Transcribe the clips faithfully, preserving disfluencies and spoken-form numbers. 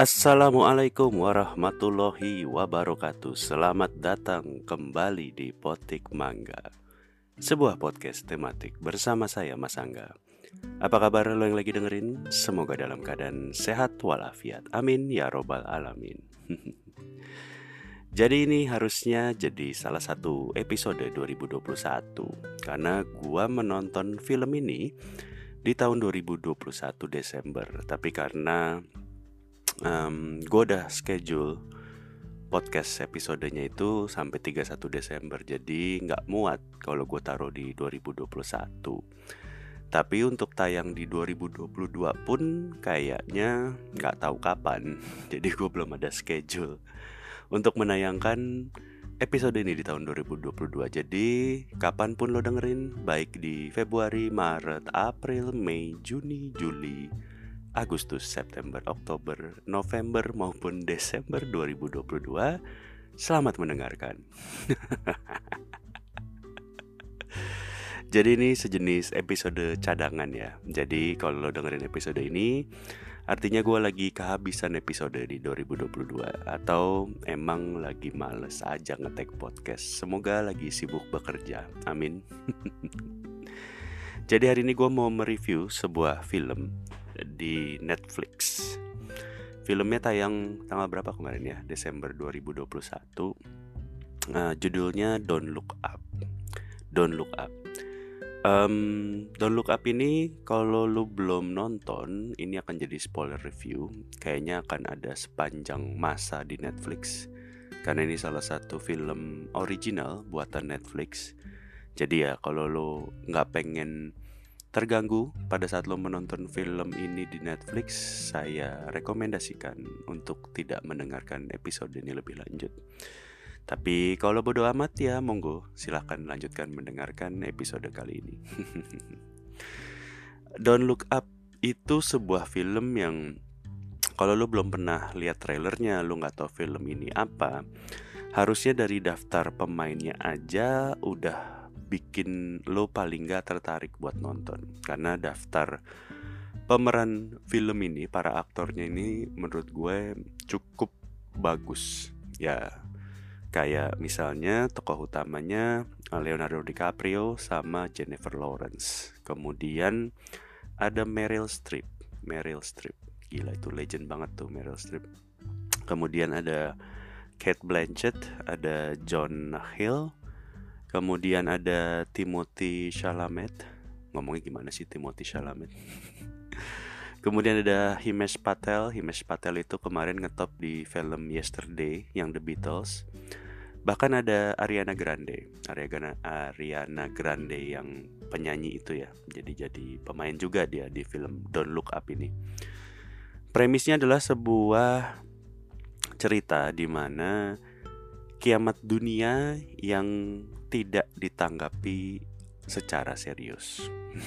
Assalamualaikum warahmatullahi wabarakatuh. Selamat datang kembali di Potik Mangga, sebuah podcast tematik bersama saya Mas Angga. Apa kabar lo yang lagi dengerin? Semoga dalam keadaan sehat walafiat. Amin ya robbal alamin. Jadi ini harusnya jadi salah satu episode dua ribu dua puluh satu, karena gua menonton film ini di tahun dua ribu dua puluh satu Desember. Tapi karena Um, gue udah schedule podcast episodenya itu sampai tiga puluh satu Desember. Jadi gak muat kalau gue taruh di dua ribu dua puluh satu. Tapi untuk tayang di dua ribu dua puluh dua pun kayaknya gak tahu kapan. Jadi gue belum ada schedule untuk menayangkan episode ini di tahun dua ribu dua puluh dua. Jadi kapanpun lo dengerin, baik di Februari, Maret, April, Mei, Juni, Juli, Agustus, September, Oktober, November maupun Desember dua ribu dua puluh dua, selamat mendengarkan. Jadi ini sejenis episode cadangan ya. Jadi kalau lo dengerin episode ini, artinya gue lagi kehabisan episode di dua ribu dua puluh dua, atau emang lagi males aja nge-take podcast. Semoga lagi sibuk bekerja, amin. Jadi hari ini gue mau mereview sebuah film di Netflix. Filmnya tayang tanggal berapa kemarin ya? Desember dua ribu dua puluh satu. Nah, judulnya Don't Look Up. Don't Look Up. Um, Don't Look Up ini kalau lu belum nonton, ini akan jadi spoiler review. Kayaknya akan ada sepanjang masa di Netflix, karena ini salah satu film original buatan Netflix. Jadi ya kalau lu nggak pengen terganggu pada saat lo menonton film ini di Netflix, saya rekomendasikan untuk tidak mendengarkan episode ini lebih lanjut. Tapi kalau bodo amat ya monggo, silahkan lanjutkan mendengarkan episode kali ini. Don't Look Up itu sebuah film yang kalau lo belum pernah lihat trailernya, lo gak tahu film ini apa, harusnya dari daftar pemainnya aja udah bikin lo paling gak tertarik buat nonton. Karena daftar pemeran film ini, para aktornya ini menurut gue cukup bagus. Ya kayak misalnya tokoh utamanya Leonardo DiCaprio sama Jennifer Lawrence. Kemudian ada Meryl Streep. Meryl Streep, gila itu legend banget tuh Meryl Streep. Kemudian ada Cate Blanchett, ada John Hill. Kemudian ada Timothée Chalamet. Ngomongnya gimana sih Timothée Chalamet? Kemudian ada Himesh Patel. Himesh Patel itu kemarin ngetop di film Yesterday yang The Beatles. Bahkan ada Ariana Grande. Ariana, Ariana Grande yang penyanyi itu ya. Jadi jadi pemain juga dia di film Don't Look Up ini. Premisnya adalah sebuah cerita di mana kiamat dunia yang tidak ditanggapi secara serius.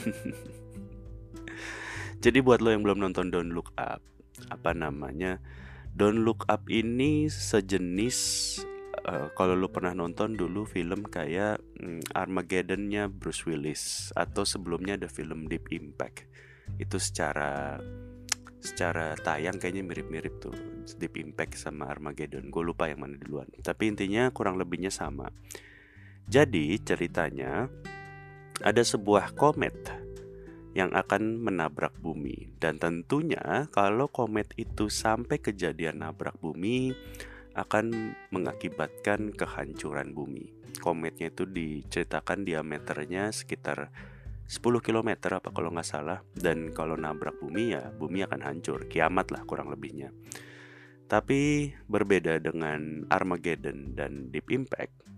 Jadi buat lo yang belum nonton Don't Look Up, apa namanya? Don't Look Up ini sejenis uh, kalau lo pernah nonton dulu film kayak um, Armageddon-nya Bruce Willis, atau sebelumnya ada film Deep Impact. Itu secara secara tayang kayaknya mirip-mirip tuh, Deep Impact sama Armageddon. Gue lupa yang mana duluan. Tapi intinya kurang lebihnya sama. Jadi ceritanya ada sebuah komet yang akan menabrak bumi. Dan tentunya kalau komet itu sampai kejadian nabrak bumi, akan mengakibatkan kehancuran bumi. Kometnya itu diceritakan diameternya sekitar sepuluh kilometer apa kalau gak salah. Dan kalau nabrak bumi ya bumi akan hancur, kiamat lah kurang lebihnya. Tapi berbeda dengan Armageddon dan Deep Impact.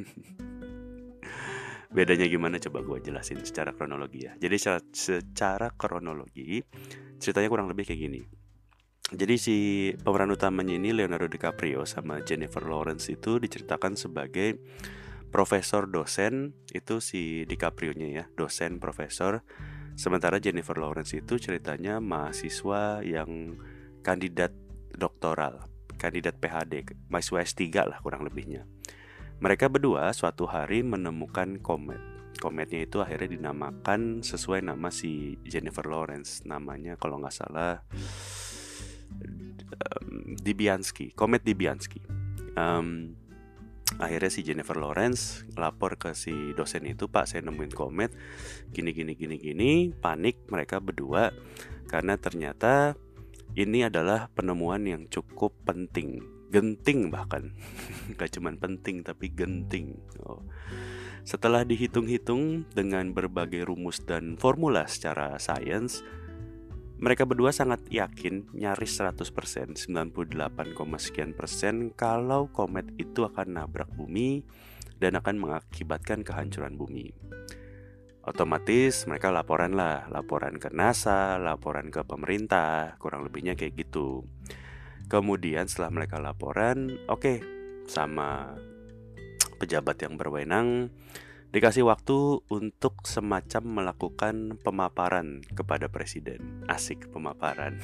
Bedanya gimana coba gue jelasin secara kronologi ya. Jadi secara, secara kronologi ceritanya kurang lebih kayak gini. Jadi si pemeran utamanya ini Leonardo DiCaprio sama Jennifer Lawrence itu diceritakan sebagai profesor dosen. Itu si DiCaprio-nya ya, dosen profesor. Sementara Jennifer Lawrence itu ceritanya mahasiswa yang kandidat doktoral, kandidat P H D, mahasiswa S tiga lah kurang lebihnya. Mereka berdua suatu hari menemukan komet. Kometnya itu akhirnya dinamakan sesuai nama si Jennifer Lawrence. Namanya kalau gak salah um, Dibiansky, komet Dibiansky. Um, akhirnya si Jennifer Lawrence lapor ke si dosen itu, "Pak, saya nemuin komet gini gini gini gini." Panik mereka berdua karena ternyata ini adalah penemuan yang cukup penting, genting bahkan. Gak cuman penting tapi genting. Oh. Setelah dihitung-hitung dengan berbagai rumus dan formula secara sains, mereka berdua sangat yakin, nyaris seratus persen, sembilan puluh delapan, sekian persen, kalau komet itu akan nabrak bumi dan akan mengakibatkan kehancuran bumi. Otomatis mereka laporan lah, laporan ke NASA, laporan ke pemerintah, kurang lebihnya kayak gitu. Kemudian setelah mereka laporan, oke, okay, sama pejabat yang berwenang dikasih waktu untuk semacam melakukan pemaparan kepada presiden. Asik, pemaparan.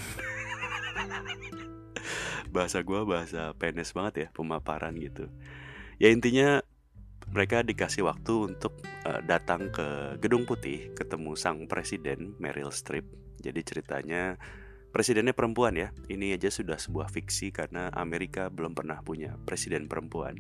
Bahasa gue bahasa penes banget ya, pemaparan gitu. Ya intinya mereka dikasih waktu untuk uh, datang ke Gedung Putih, ketemu sang presiden, Meryl Streep. Jadi ceritanya presidennya perempuan ya. Ini aja sudah sebuah fiksi karena Amerika belum pernah punya presiden perempuan.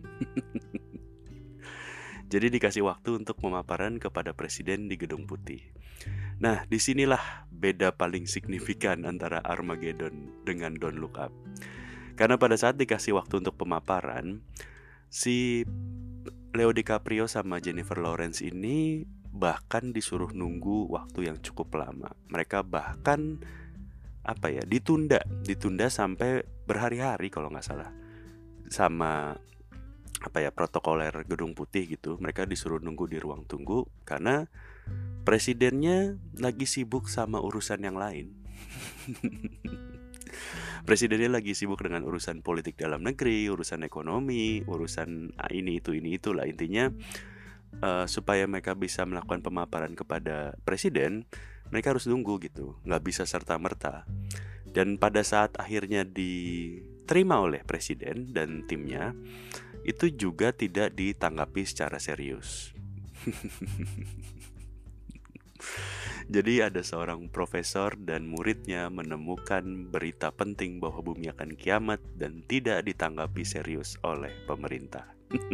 Jadi dikasih waktu untuk pemaparan kepada presiden di Gedung Putih. Nah, disinilah beda paling signifikan antara Armageddon dengan Don't Look Up. Karena pada saat dikasih waktu untuk pemaparan, si Leo DiCaprio sama Jennifer Lawrence ini bahkan disuruh nunggu waktu yang cukup lama. Mereka bahkan apa ya, ditunda, ditunda sampai berhari-hari kalau nggak salah. Sama apa ya, protokoler Gedung Putih gitu. Mereka disuruh nunggu di ruang tunggu karena presidennya lagi sibuk sama urusan yang lain. Presidennya lagi sibuk dengan urusan politik dalam negeri, urusan ekonomi, urusan ah, ini itu ini itulah intinya. Uh, supaya mereka bisa melakukan pemaparan kepada presiden, mereka harus nunggu gitu, nggak bisa serta-merta. Dan pada saat akhirnya diterima oleh presiden dan timnya, itu juga tidak ditanggapi secara serius. Jadi ada seorang profesor dan muridnya menemukan berita penting bahwa bumi akan kiamat dan tidak ditanggapi serius oleh pemerintah.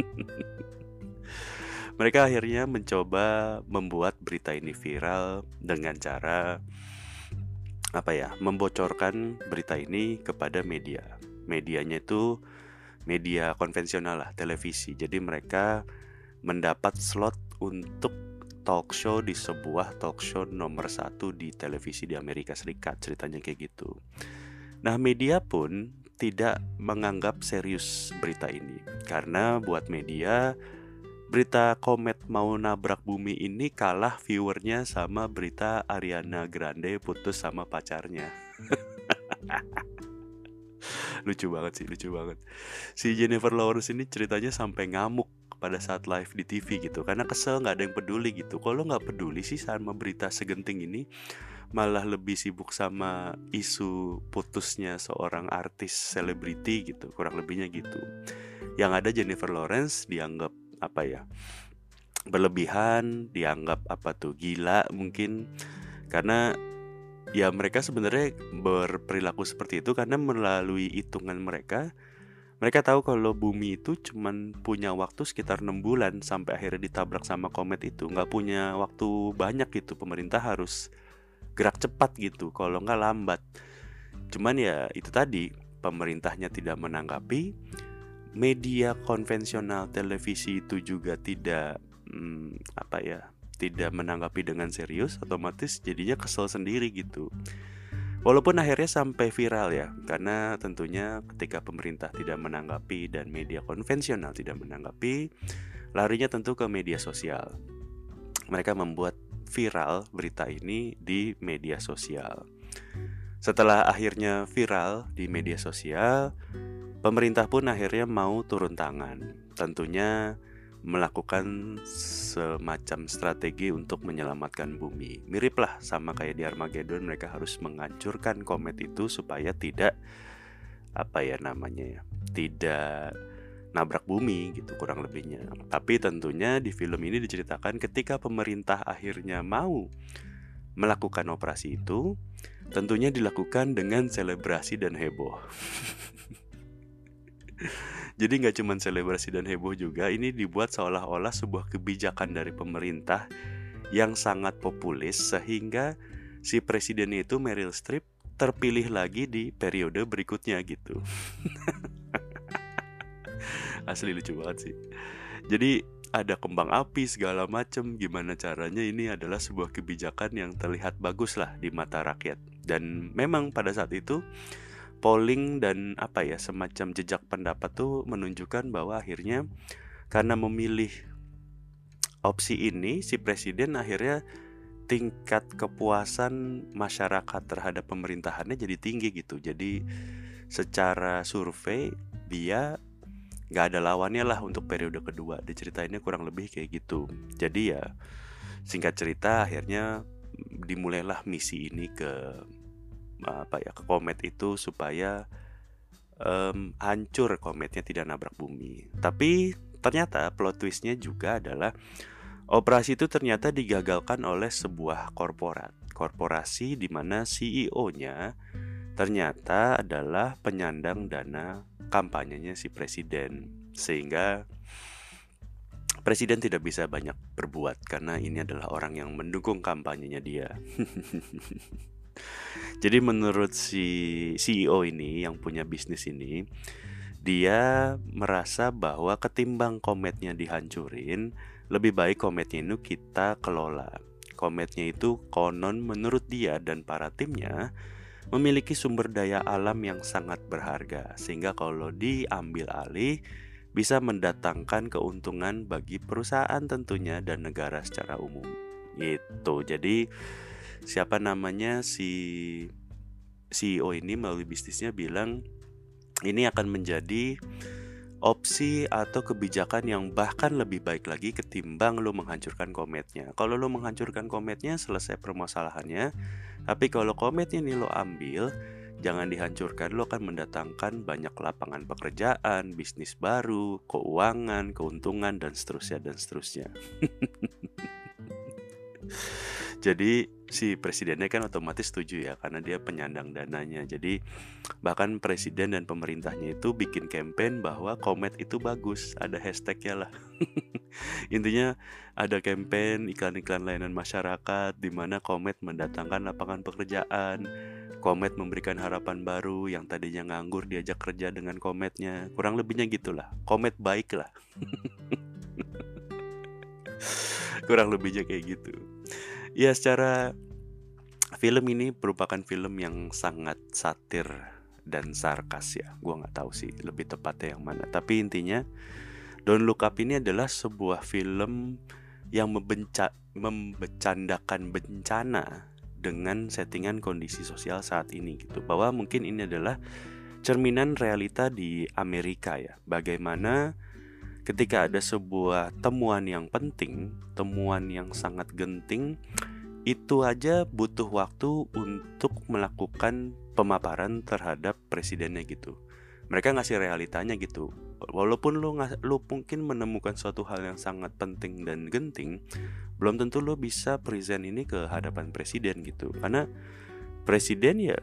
Mereka akhirnya mencoba membuat berita ini viral dengan cara apa ya, membocorkan berita ini kepada media. Medianya itu media konvensional lah, televisi. Jadi mereka mendapat slot untuk talk show di sebuah talk show nomor satu di televisi di Amerika Serikat, ceritanya kayak gitu. Nah, media pun tidak menganggap serius berita ini, karena buat media berita komet mau nabrak bumi ini kalah viewernya sama berita Ariana Grande putus sama pacarnya. Lucu banget sih, lucu banget. Si Jennifer Lawrence ini ceritanya sampai ngamuk pada saat live di T V gitu, karena kesel nggak ada yang peduli gitu. Kalau nggak peduli sih sama berita segenting ini, malah lebih sibuk sama isu putusnya seorang artis selebriti gitu, kurang lebihnya gitu. Yang ada Jennifer Lawrence dianggap apa ya, berlebihan, dianggap apa tuh, gila mungkin, karena ya mereka sebenarnya berperilaku seperti itu karena melalui hitungan mereka, mereka tahu kalau bumi itu cuman punya waktu sekitar enam bulan sampai akhirnya ditabrak sama komet itu. Nggak punya waktu banyak gitu, pemerintah harus gerak cepat gitu, kalau nggak lambat. Cuman ya itu tadi, pemerintahnya tidak menanggapi, media konvensional televisi itu juga tidak hmm, apa ya, tidak menanggapi dengan serius, otomatis jadinya kesel sendiri gitu. Walaupun akhirnya sampai viral ya, karena tentunya ketika pemerintah tidak menanggapi dan media konvensional tidak menanggapi, larinya tentu ke media sosial. Mereka membuat viral berita ini di media sosial. Setelah akhirnya viral di media sosial, pemerintah pun akhirnya mau turun tangan. Tentunya melakukan semacam strategi untuk menyelamatkan bumi. Mirip lah sama kayak di Armageddon, mereka harus menghancurkan komet itu supaya tidak apa ya namanya ya, tidak nabrak bumi gitu kurang lebihnya. Tapi tentunya di film ini diceritakan ketika pemerintah akhirnya mau melakukan operasi itu, tentunya dilakukan dengan selebrasi dan heboh. Jadi nggak cuma selebrasi dan heboh juga, ini dibuat seolah-olah sebuah kebijakan dari pemerintah yang sangat populis sehingga si presiden itu Meryl Streep terpilih lagi di periode berikutnya gitu. Asli lucu banget sih. Jadi ada kembang api segala macem. Gimana caranya ini adalah sebuah kebijakan yang terlihat bagus lah di mata rakyat. Dan memang pada saat itu polling dan apa ya semacam jejak pendapat tuh menunjukkan bahwa akhirnya karena memilih opsi ini, si presiden akhirnya tingkat kepuasan masyarakat terhadap pemerintahannya jadi tinggi gitu. Jadi secara survei dia gak ada lawannya lah untuk periode kedua. Diceritainnya kurang lebih kayak gitu. Jadi ya singkat cerita akhirnya dimulailah misi ini ke apa ya ke komet itu supaya um, hancur kometnya, tidak nabrak bumi. Tapi ternyata plot twistnya juga adalah operasi itu ternyata digagalkan oleh sebuah korporat korporasi di mana C E O-nya ternyata adalah penyandang dana kampanyenya si presiden, sehingga presiden tidak bisa banyak berbuat karena ini adalah orang yang mendukung kampanyenya dia. Jadi menurut si C E O ini yang punya bisnis ini, dia merasa bahwa ketimbang kometnya dihancurin, lebih baik kometnya itu kita kelola. Kometnya itu konon menurut dia dan para timnya memiliki sumber daya alam yang sangat berharga, sehingga kalau diambil alih bisa mendatangkan keuntungan bagi perusahaan tentunya dan negara secara umum. Gitu. Jadi siapa namanya si C E O ini melalui bisnisnya bilang ini akan menjadi opsi atau kebijakan yang bahkan lebih baik lagi ketimbang lo menghancurkan kometnya. Kalau lo menghancurkan kometnya selesai permasalahannya, tapi kalau kometnya ini lo ambil, jangan dihancurkan, lo akan mendatangkan banyak lapangan pekerjaan, bisnis baru, keuangan, keuntungan, dan seterusnya dan seterusnya. Jadi si presidennya kan otomatis setuju ya, karena dia penyandang dananya. Jadi bahkan presiden dan pemerintahnya itu bikin campaign bahwa komet itu bagus, ada hashtagnya lah. Intinya ada campaign iklan-iklan layanan masyarakat di mana komet mendatangkan lapangan pekerjaan, komet memberikan harapan baru, yang tadinya nganggur diajak kerja dengan kometnya. Kurang lebihnya gitulah, komet baik lah. Kurang lebihnya kayak gitu. Ya secara film ini merupakan film yang sangat satir dan sarkas ya. Gue gak tahu sih lebih tepatnya yang mana. Tapi intinya Don't Look Up ini adalah sebuah film yang membenca- membecandakan bencana dengan settingan kondisi sosial saat ini gitu. Bahwa mungkin ini adalah cerminan realita di Amerika ya. Bagaimana ketika ada sebuah temuan yang penting, temuan yang sangat genting, itu aja butuh waktu untuk melakukan pemaparan terhadap presidennya gitu. Mereka ngasih realitanya gitu. Walaupun lo, ngas- lo mungkin menemukan suatu hal yang sangat penting dan genting, belum tentu lo bisa present ini ke hadapan presiden gitu. Karena presiden ya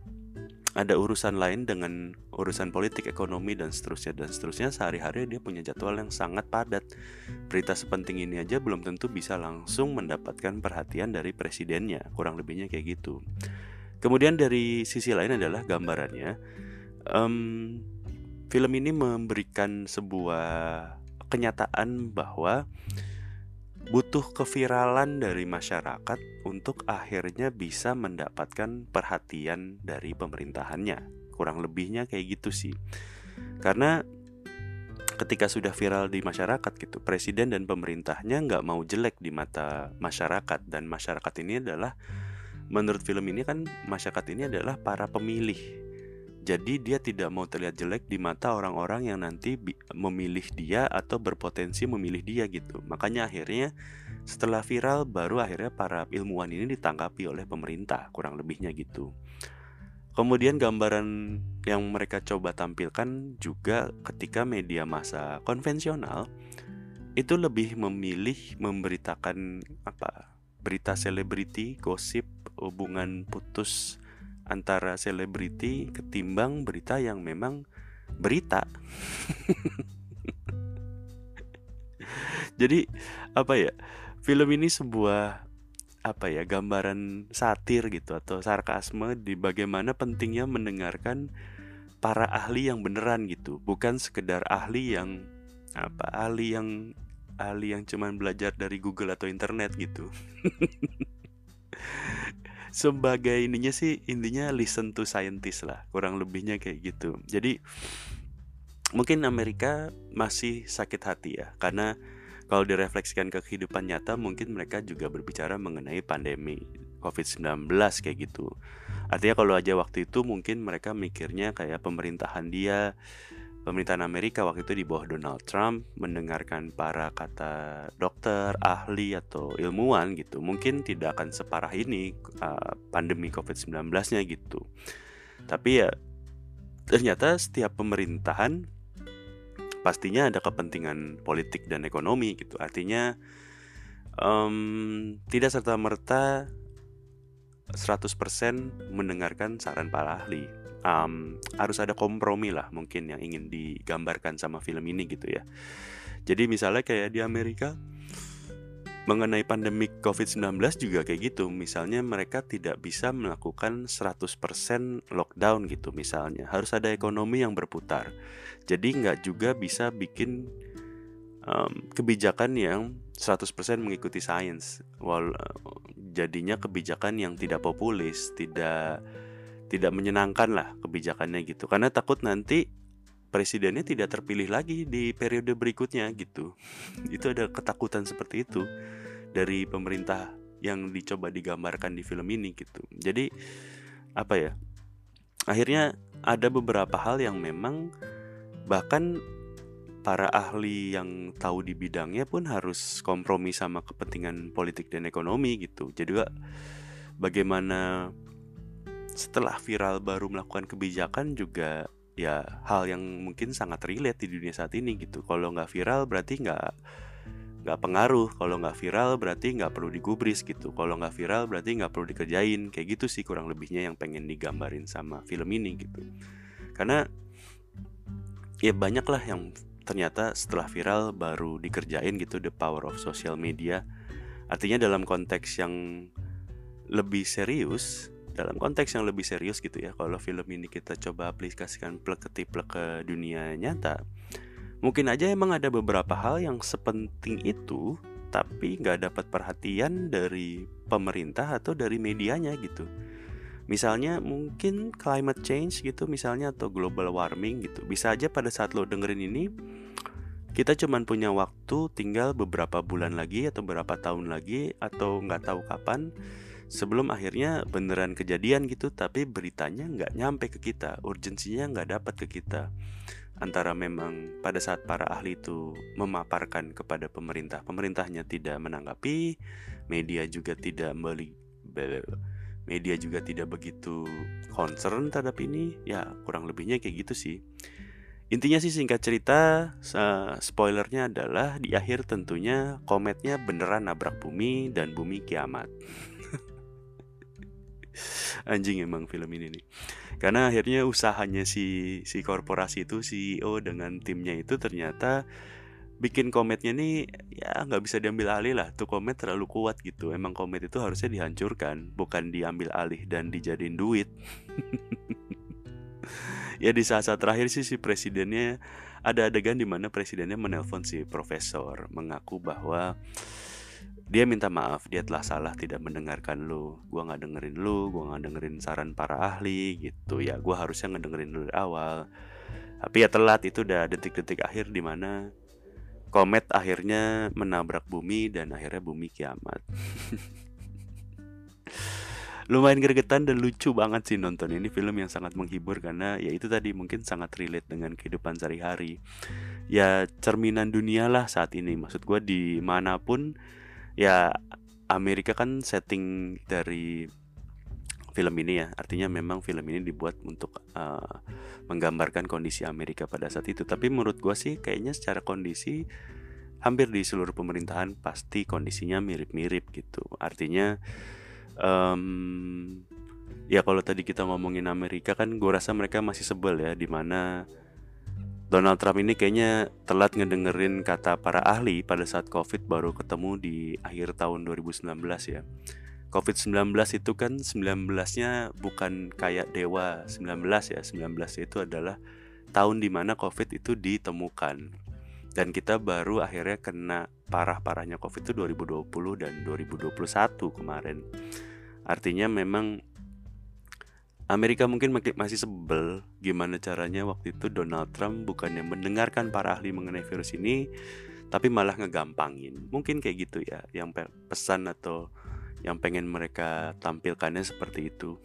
ada urusan lain dengan urusan politik, ekonomi, dan seterusnya dan seterusnya. Sehari-hari dia punya jadwal yang sangat padat. Berita sepenting ini aja belum tentu bisa langsung mendapatkan perhatian dari presidennya. Kurang lebihnya kayak gitu. Kemudian dari sisi lain adalah gambarannya. um, Film ini memberikan sebuah kenyataan bahwa butuh keviralan dari masyarakat untuk akhirnya bisa mendapatkan perhatian dari pemerintahannya. Kurang lebihnya kayak gitu sih. Karena ketika sudah viral di masyarakat gitu, presiden dan pemerintahnya nggak mau jelek di mata masyarakat. Dan masyarakat ini adalah, menurut film ini kan masyarakat ini adalah para pemilih. Jadi dia tidak mau terlihat jelek di mata orang-orang yang nanti bi- memilih dia atau berpotensi memilih dia gitu. Makanya akhirnya setelah viral baru akhirnya para ilmuwan ini ditangkapi oleh pemerintah, kurang lebihnya gitu. Kemudian gambaran yang mereka coba tampilkan juga ketika media massa konvensional itu lebih memilih memberitakan apa? Berita selebriti, gosip, hubungan putus antara selebriti ketimbang berita yang memang berita. Jadi apa ya, film ini sebuah apa ya, gambaran satir gitu atau sarkasme di bagaimana pentingnya mendengarkan para ahli yang beneran gitu, bukan sekedar ahli yang apa, ahli yang ahli yang cuman belajar dari Google atau internet gitu. Sebagai ininya sih, intinya listen to scientist lah, kurang lebihnya kayak gitu. Jadi mungkin Amerika masih sakit hati ya, karena kalau direfleksikan ke kehidupan nyata, mungkin mereka juga berbicara mengenai pandemi covid sembilan belas kayak gitu. Artinya kalau aja waktu itu mungkin mereka mikirnya kayak pemerintahan dia, pemerintahan Amerika waktu itu di bawah Donald Trump, mendengarkan para kata dokter, ahli atau ilmuwan gitu, mungkin tidak akan separah ini uh, pandemi covid sembilan belas-nya gitu. Tapi ya ternyata setiap pemerintahan pastinya ada kepentingan politik dan ekonomi gitu. Artinya um, tidak serta-merta seratus persen mendengarkan saran para ahli. um, Harus ada kompromi lah mungkin yang ingin digambarkan sama film ini gitu ya. Jadi misalnya kayak di Amerika mengenai pandemi covid sembilan belas juga kayak gitu. Misalnya mereka tidak bisa melakukan seratus persen lockdown gitu misalnya. Harus ada ekonomi yang berputar. Jadi nggak juga bisa bikin um, kebijakan yang seratus persen mengikuti sains. Wal, jadinya kebijakan yang tidak populis, tidak tidak menyenangkan lah kebijakannya gitu. Karena takut nanti presidennya tidak terpilih lagi di periode berikutnya gitu. Itu ada ketakutan seperti itu dari pemerintah yang dicoba digambarkan di film ini gitu. Jadi apa ya, akhirnya ada beberapa hal yang memang bahkan para ahli yang tahu di bidangnya pun harus kompromi sama kepentingan politik dan ekonomi gitu. Jadi juga bagaimana setelah viral baru melakukan kebijakan juga ya hal yang mungkin sangat relate di dunia saat ini gitu. Kalau nggak viral berarti nggak nggak pengaruh. Kalau nggak viral berarti nggak perlu digubris gitu. Kalau nggak viral berarti nggak perlu dikerjain. Kayak gitu sih kurang lebihnya yang pengen digambarin sama film ini gitu. Karena ya banyak lah yang ternyata setelah viral baru dikerjain gitu, the power of social media. Artinya dalam konteks yang lebih serius, dalam konteks yang lebih serius gitu ya, kalau film ini kita coba aplikasikan plek-ketiplek ke dunia nyata, mungkin aja emang ada beberapa hal yang sepenting itu tapi gak dapat perhatian dari pemerintah atau dari medianya gitu. Misalnya mungkin climate change gitu misalnya, atau global warming gitu. Bisa aja pada saat lo dengerin ini, kita cuman punya waktu tinggal beberapa bulan lagi atau beberapa tahun lagi atau gak tahu kapan sebelum akhirnya beneran kejadian gitu. Tapi beritanya gak nyampe ke kita, urgensinya gak dapat ke kita. Antara memang pada saat para ahli itu memaparkan kepada pemerintah, pemerintahnya tidak menanggapi, media juga tidak meli media juga tidak begitu concern terhadap ini. Ya kurang lebihnya kayak gitu sih. Intinya sih singkat cerita, spoilernya adalah di akhir tentunya kometnya beneran nabrak bumi dan bumi kiamat. Anjing emang film ini nih. Karena akhirnya usahanya si si korporasi itu, C E O dengan timnya itu ternyata bikin kometnya nih ya nggak bisa diambil alih lah. Tuh komet terlalu kuat gitu. Emang komet itu harusnya dihancurkan, bukan diambil alih dan dijadiin duit. Ya di saat-saat terakhir sih si presidennya, ada adegan dimana presidennya menelpon si profesor, mengaku bahwa dia minta maaf, dia telah salah tidak mendengarkan lu. Gua gak dengerin lu, gua gak dengerin saran para ahli gitu. Ya gua harusnya ngedengerin lu dari awal. Tapi ya telat, itu udah detik-detik akhir dimana komet akhirnya menabrak bumi dan akhirnya bumi kiamat. Lumayan gregetan dan lucu banget sih nonton ini. Film yang sangat menghibur karena ya itu tadi mungkin sangat relate dengan kehidupan sehari-hari. Ya cerminan dunia lah saat ini. Maksud gue dimanapun ya, Amerika kan setting dari film ini ya. Artinya memang film ini dibuat untuk uh, menggambarkan kondisi Amerika pada saat itu. Tapi menurut gue sih kayaknya secara kondisi hampir di seluruh pemerintahan pasti kondisinya mirip-mirip gitu. Artinya um, Ya kalau tadi kita ngomongin Amerika kan gue rasa mereka masih sebel ya, dimana Donald Trump ini kayaknya telat ngedengerin kata para ahli pada saat COVID baru ketemu di akhir tahun dua ribu sembilan belas ya. covid sembilan belas itu kan sembilan belas-nya bukan kayak dewa sembilan belas ya. sembilan belas itu adalah tahun dimana COVID itu ditemukan. Dan kita baru akhirnya kena parah-parahnya COVID itu dua ribu dua puluh dan dua ribu dua puluh satu kemarin. Artinya memang Amerika mungkin masih sebel gimana caranya waktu itu Donald Trump bukannya mendengarkan para ahli mengenai virus ini, tapi malah ngegampangin. Mungkin kayak gitu ya, yang pesan atau yang pengen mereka tampilkannya seperti itu.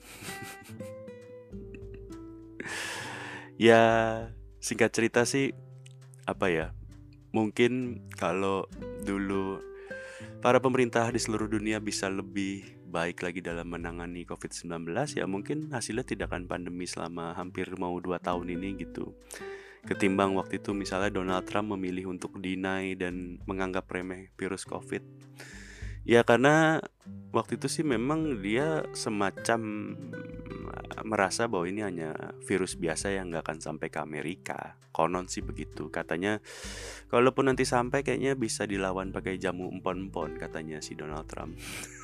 Ya, singkat cerita sih, apa ya, mungkin kalau dulu para pemerintah di seluruh dunia bisa lebih baik lagi dalam menangani covid sembilan belas, ya mungkin hasilnya tidak akan pandemi selama hampir mau dua tahun ini gitu. Ketimbang waktu itu misalnya Donald Trump memilih untuk deny dan menganggap remeh virus COVID. Ya karena waktu itu sih memang dia semacam merasa bahwa ini hanya virus biasa yang gak akan sampai ke Amerika. Konon sih begitu. Katanya kalaupun nanti sampai kayaknya bisa dilawan pakai jamu empon-empon, katanya si Donald Trump.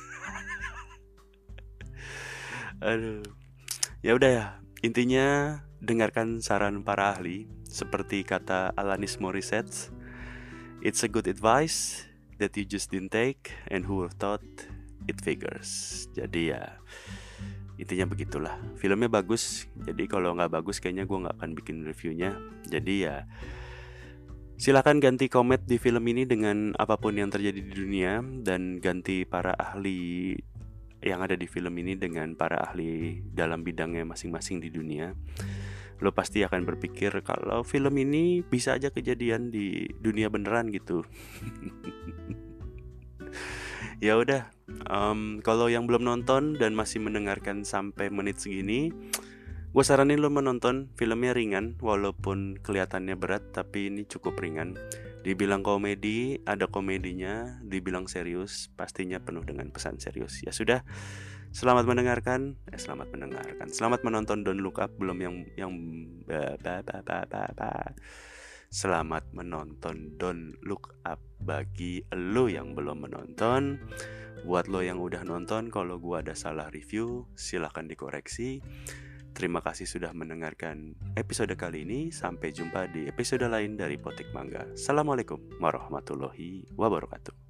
Aduh. Ya udah ya. Intinya dengarkan saran para ahli. Seperti kata Alanis Morissette, it's a good advice that you just didn't take, and who would thought it figures. Jadi ya intinya begitulah. Filmnya bagus. Jadi kalau nggak bagus kayaknya gue nggak akan bikin reviewnya. Jadi ya silakan ganti komet di film ini dengan apapun yang terjadi di dunia, dan ganti para ahli yang ada di film ini dengan para ahli dalam bidangnya masing-masing di dunia. Lo pasti akan berpikir kalau film ini bisa aja kejadian di dunia beneran gitu. Ya udah, um, kalau yang belum nonton dan masih mendengarkan sampai menit segini, gue saranin lo menonton. Filmnya ringan, walaupun kelihatannya berat, tapi ini cukup ringan. Dibilang komedi, ada komedinya. Dibilang serius, pastinya penuh dengan pesan serius. Ya sudah, selamat mendengarkan. Eh, selamat mendengarkan. Selamat menonton Don't Look Up. Belum yang yang ba, ba, ba, ba, ba, ba. Selamat menonton Don't Look Up bagi lo yang belum menonton. Buat lo yang udah nonton, kalau gue ada salah review, silahkan dikoreksi. Terima kasih sudah mendengarkan episode kali ini. Sampai jumpa di episode lain dari Potik Mangga. Assalamualaikum warahmatullahi wabarakatuh.